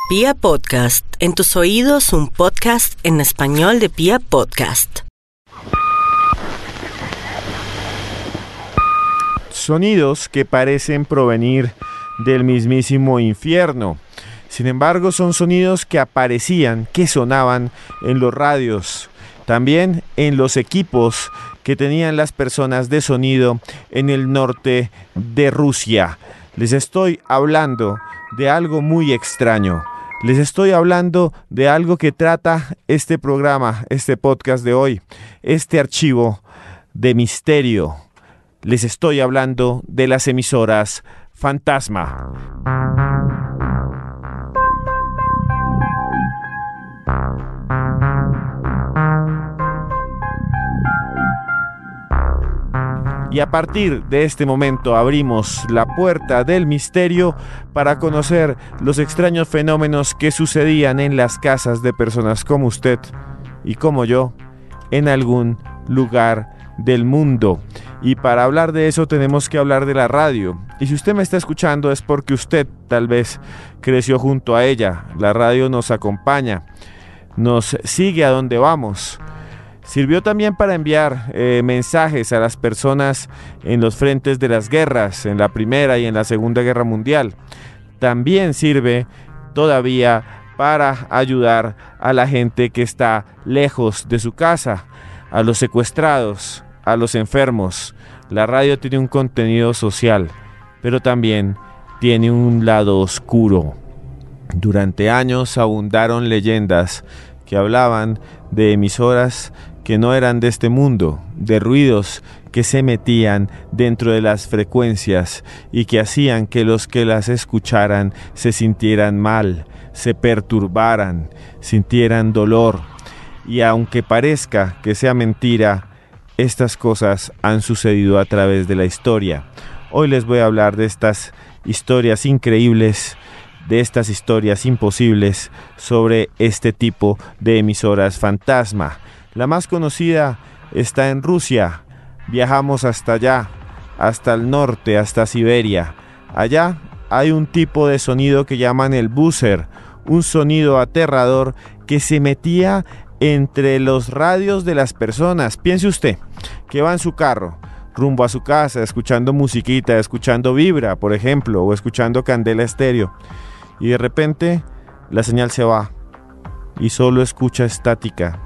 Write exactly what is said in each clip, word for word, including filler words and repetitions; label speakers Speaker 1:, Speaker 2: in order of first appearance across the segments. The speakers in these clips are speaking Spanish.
Speaker 1: Pia Podcast, en tus oídos un podcast en español de Pia Podcast.
Speaker 2: Sonidos que parecen provenir del mismísimo infierno. Sin embargo, son sonidos que aparecían, que sonaban en los radios, también en los equipos que tenían las personas de sonido en el norte de Rusia. Les estoy hablando de algo muy extraño. Les estoy hablando de algo que trata este programa, este podcast de hoy, este archivo de misterio. Les estoy hablando de las emisoras fantasma. Y a partir de este momento abrimos la puerta del misterio para conocer los extraños fenómenos que sucedían en las casas de personas como usted y como yo en algún lugar del mundo. Y para hablar de eso tenemos que hablar de la radio. Y si usted me está escuchando es porque usted tal vez creció junto a ella. La radio nos acompaña, nos sigue a donde vamos. Sirvió también para enviar eh, mensajes a las personas en los frentes de las guerras, en la Primera y en la Segunda Guerra Mundial. También sirve todavía para ayudar a la gente que está lejos de su casa, a los secuestrados, a los enfermos. La radio tiene un contenido social, pero también tiene un lado oscuro. Durante años abundaron leyendas que hablaban de emisoras que no eran de este mundo, de ruidos que se metían dentro de las frecuencias y que hacían que los que las escucharan se sintieran mal, se perturbaran, sintieran dolor. Y aunque parezca que sea mentira, estas cosas han sucedido a través de la historia. Hoy les voy a hablar de estas historias increíbles, de estas historias imposibles sobre este tipo de emisoras fantasma. La más conocida está en Rusia. Viajamos hasta allá, hasta el norte, hasta Siberia. Allá hay un tipo de sonido que llaman el buzzer, un sonido aterrador que se metía entre los radios de las personas. Piense usted que va en su carro, rumbo a su casa, escuchando musiquita, escuchando Vibra, por ejemplo, o escuchando Candela Estéreo, y de repente la señal se va y solo escucha estática.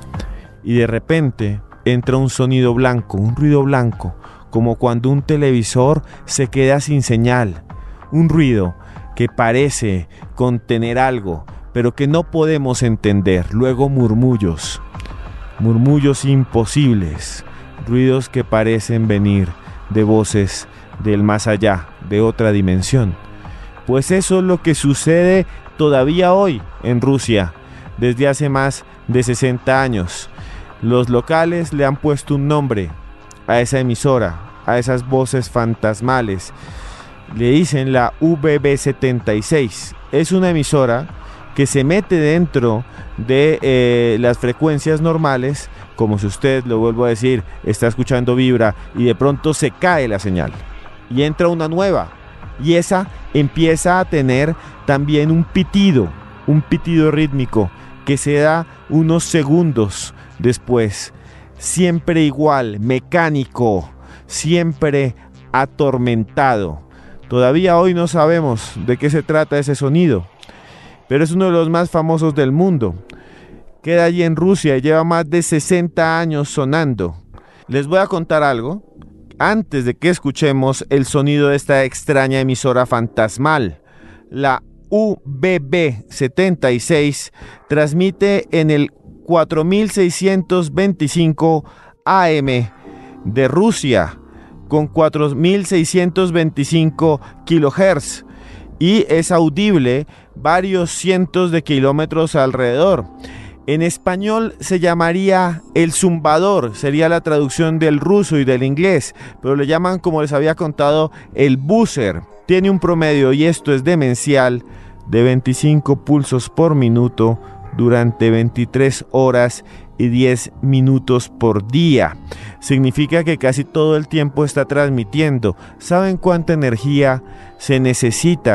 Speaker 2: Y de repente entra un sonido blanco, un ruido blanco, como cuando un televisor se queda sin señal. Un ruido que parece contener algo, pero que no podemos entender. Luego murmullos, murmullos imposibles, ruidos que parecen venir de voces del más allá, de otra dimensión. Pues eso es lo que sucede todavía hoy en Rusia, desde hace más de sesenta años. Los locales le han puesto un nombre a esa emisora, a esas voces fantasmales. Le dicen la V B setenta y seis. Es una emisora que se mete dentro de eh, las frecuencias normales, como si usted, lo vuelvo a decir, está escuchando Vibra y de pronto se cae la señal y entra una nueva. Y esa empieza a tener también un pitido, un pitido rítmico que se da unos segundos después, siempre igual, mecánico, siempre atormentado. Todavía hoy no sabemos de qué se trata ese sonido, pero es uno de los más famosos del mundo. Queda allí en Rusia y lleva más de sesenta años sonando. Les voy a contar algo antes de que escuchemos el sonido de esta extraña emisora fantasmal. La V B setenta y seis transmite en el cuatro mil seiscientos veinticinco A M de Rusia con cuatro mil seiscientos veinticinco kilohertz y es audible varios cientos de kilómetros alrededor. En español se llamaría el zumbador, sería la traducción del ruso y del inglés, pero le llaman, como les había contado, el buzzer. Tiene un promedio, y esto es demencial, de veinticinco pulsos por minuto durante veintitrés horas y diez minutos por día. Significa que casi todo el tiempo está transmitiendo. ¿Saben cuánta energía se necesita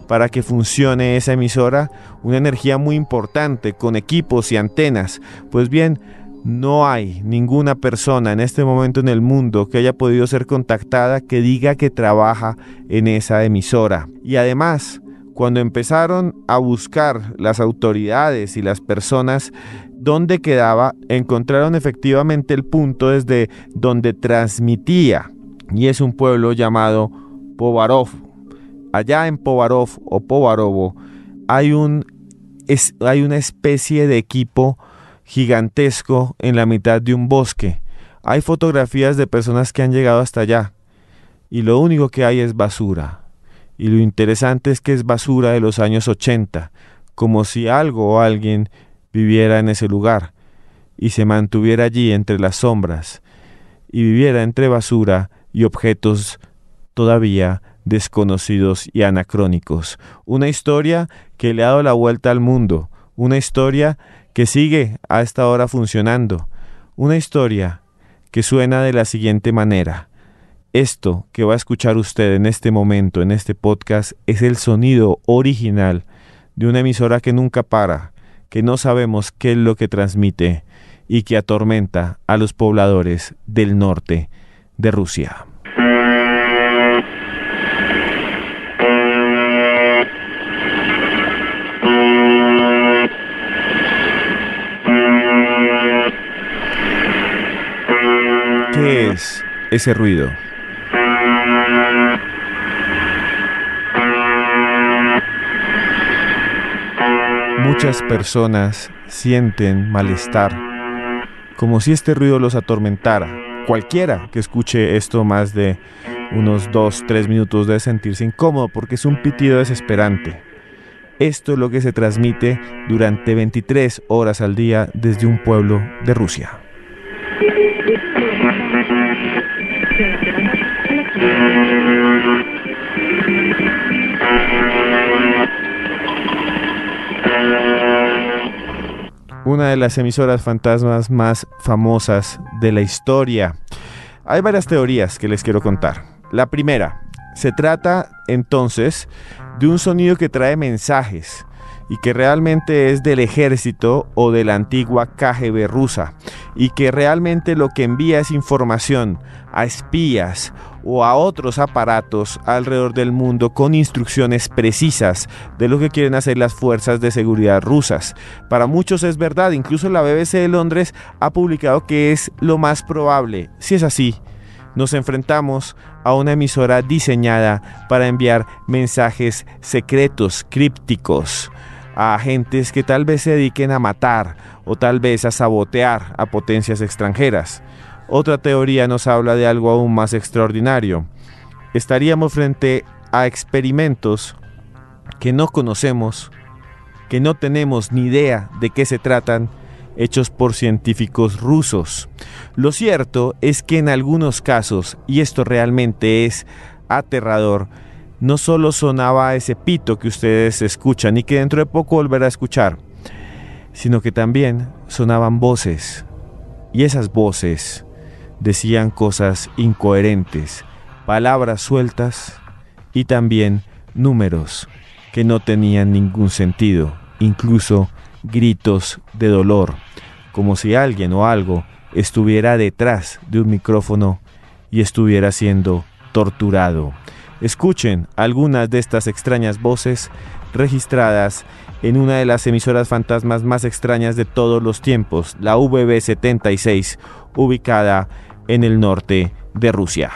Speaker 2: para que funcione esa emisora, una energía muy importante con equipos y antenas. Pues bien, no hay ninguna persona en este momento en el mundo que haya podido ser contactada que diga que trabaja en esa emisora. Y además, cuando empezaron a buscar las autoridades y las personas dónde quedaba, encontraron efectivamente el punto desde donde transmitía, y es un pueblo llamado Povarov. Allá en Povarov o Povarovo hay, un, es, hay una especie de equipo gigantesco en la mitad de un bosque. Hay fotografías de personas que han llegado hasta allá y lo único que hay es basura. Y lo interesante es que es basura de los años ochenta, como si algo o alguien viviera en ese lugar y se mantuviera allí entre las sombras y viviera entre basura y objetos todavía desconocidos y anacrónicos. Una historia que le ha dado la vuelta al mundo, una historia que sigue a esta hora funcionando, una historia que suena de la siguiente manera. Esto que va a escuchar usted en este momento, en este podcast, es el sonido original de una emisora que nunca para, que no sabemos qué es lo que transmite y que atormenta a los pobladores del norte de Rusia. ¿Qué es ese ruido? Muchas personas sienten malestar, como si este ruido los atormentara. Cualquiera que escuche esto más de unos dos, tres minutos debe sentirse incómodo porque es un pitido desesperante. Esto es lo que se transmite durante veintitrés horas al día desde un pueblo de Rusia. Una de las emisoras fantasmas más famosas de la historia. Hay varias teorías que les quiero contar. La primera, se trata entonces de un sonido que trae mensajes y que realmente es del ejército o de la antigua K G B rusa y que realmente lo que envía es información a espías o a otros aparatos alrededor del mundo con instrucciones precisas de lo que quieren hacer las fuerzas de seguridad rusas. Para muchos es verdad, incluso la B B C de Londres ha publicado que es lo más probable. Si es así, nos enfrentamos a una emisora diseñada para enviar mensajes secretos, crípticos, a agentes que tal vez se dediquen a matar o tal vez a sabotear a potencias extranjeras. Otra teoría nos habla de algo aún más extraordinario. Estaríamos frente a experimentos que no conocemos, que no tenemos ni idea de qué se tratan, hechos por científicos rusos. Lo cierto es que en algunos casos, y esto realmente es aterrador, no solo sonaba ese pito que ustedes escuchan y que dentro de poco volverá a escuchar, sino que también sonaban voces, y esas voces decían cosas incoherentes, palabras sueltas y también números que no tenían ningún sentido, incluso gritos de dolor, como si alguien o algo estuviera detrás de un micrófono y estuviera siendo torturado. Escuchen algunas de estas extrañas voces registradas en una de las emisoras fantasmas más extrañas de todos los tiempos, la V B setenta y seis, ubicada en el norte de Rusia.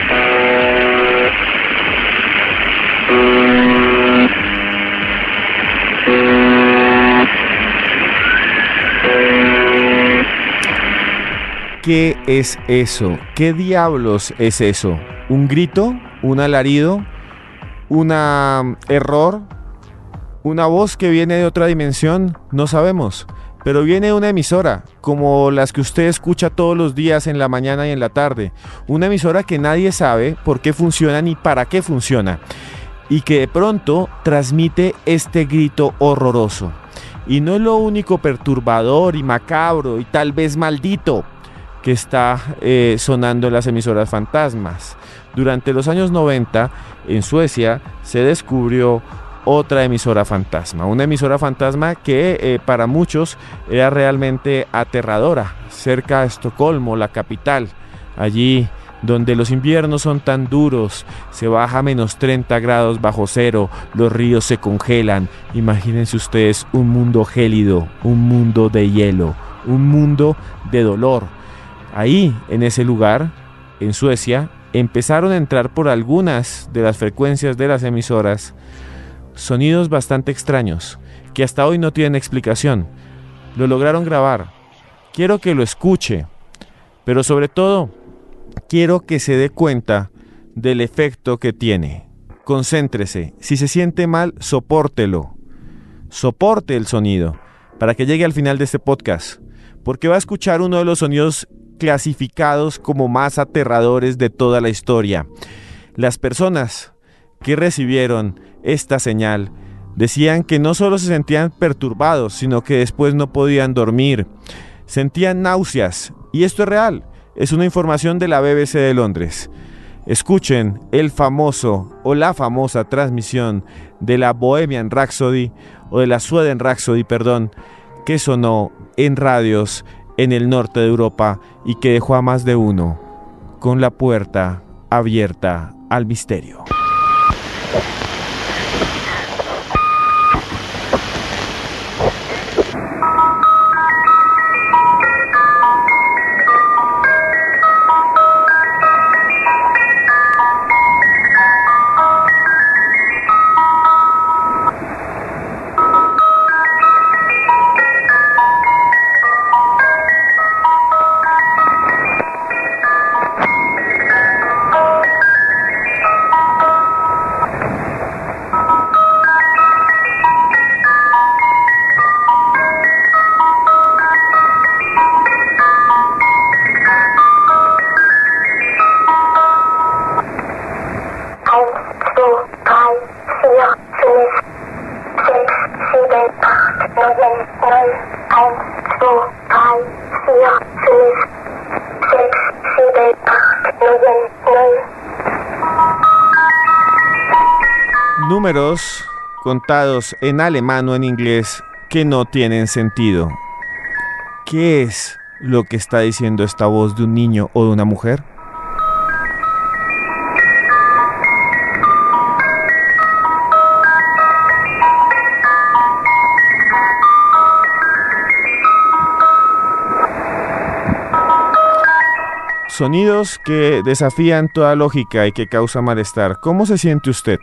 Speaker 2: ¿Qué es eso? ¿Qué diablos es eso? ¿Un grito? ¿Un alarido? ¿Un error? ¿Una voz que viene de otra dimensión? No sabemos, pero viene de una emisora, como las que usted escucha todos los días en la mañana y en la tarde. Una emisora que nadie sabe por qué funciona ni para qué funciona, y que de pronto transmite este grito horroroso. Y no es lo único perturbador y macabro y tal vez maldito que está eh, sonando en las emisoras fantasmas. Durante los años noventa, en Suecia, se descubrió otra emisora fantasma, una emisora fantasma que eh, para muchos era realmente aterradora, cerca de Estocolmo, la capital, allí donde los inviernos son tan duros, se baja a menos treinta grados bajo cero, los ríos se congelan. Imagínense ustedes un mundo gélido, un mundo de hielo, un mundo de dolor. Ahí, en ese lugar, en Suecia, empezaron a entrar por algunas de las frecuencias de las emisoras sonidos bastante extraños, que hasta hoy no tienen explicación. Lo lograron grabar. Quiero que lo escuche, pero sobre todo, quiero que se dé cuenta del efecto que tiene. Concéntrese. Si se siente mal, sopórtelo. Soporte el sonido para que llegue al final de este podcast, porque va a escuchar uno de los sonidos clasificados como más aterradores de toda la historia. Las personas que recibieron esta señal decían que no solo se sentían perturbados, sino que después no podían dormir, sentían náuseas, y esto es real. Es una información de la B B C de Londres. Escuchen el famoso o la famosa transmisión de la Bohemian Rhapsody o de la Sweden Rhapsody, perdón, que sonó en radios en el norte de Europa y que dejó a más de uno con la puerta abierta al misterio. Números contados en alemán o en inglés que no tienen sentido. ¿Qué es lo que está diciendo esta voz de un niño o de una mujer? Sonidos que desafían toda lógica y que causan malestar. ¿Cómo se siente usted?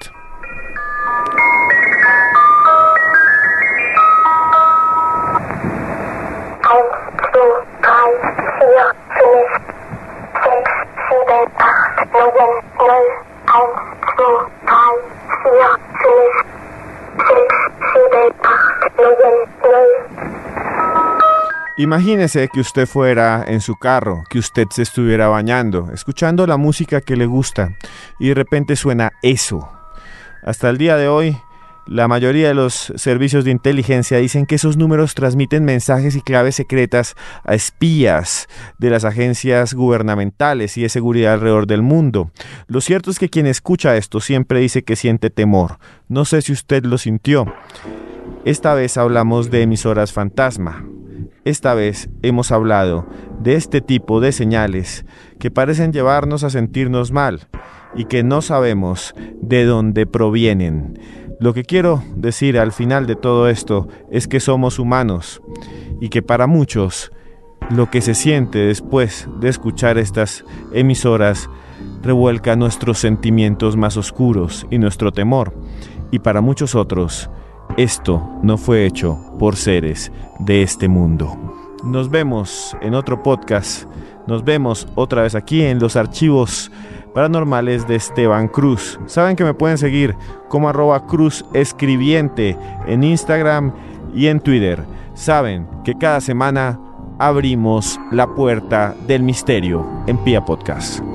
Speaker 2: Imagínese que usted fuera en su carro, que usted se estuviera bañando, escuchando la música que le gusta y de repente suena eso. Hasta el día de hoy, la mayoría de los servicios de inteligencia dicen que esos números transmiten mensajes y claves secretas a espías de las agencias gubernamentales y de seguridad alrededor del mundo. Lo cierto es que quien escucha esto siempre dice que siente temor. No sé si usted lo sintió. Esta vez hablamos de emisoras fantasma. Esta vez hemos hablado de este tipo de señales que parecen llevarnos a sentirnos mal y que no sabemos de dónde provienen. Lo que quiero decir al final de todo esto es que somos humanos y que para muchos lo que se siente después de escuchar estas emisoras revuelca nuestros sentimientos más oscuros y nuestro temor. Y para muchos otros, esto no fue hecho por seres de este mundo. Nos vemos en otro podcast. Nos vemos otra vez aquí en los archivos paranormales de Esteban Cruz. Saben que me pueden seguir como arroba Cruz Escribiente en Instagram y en Twitter. Saben que cada semana abrimos la puerta del misterio en Pía Podcast.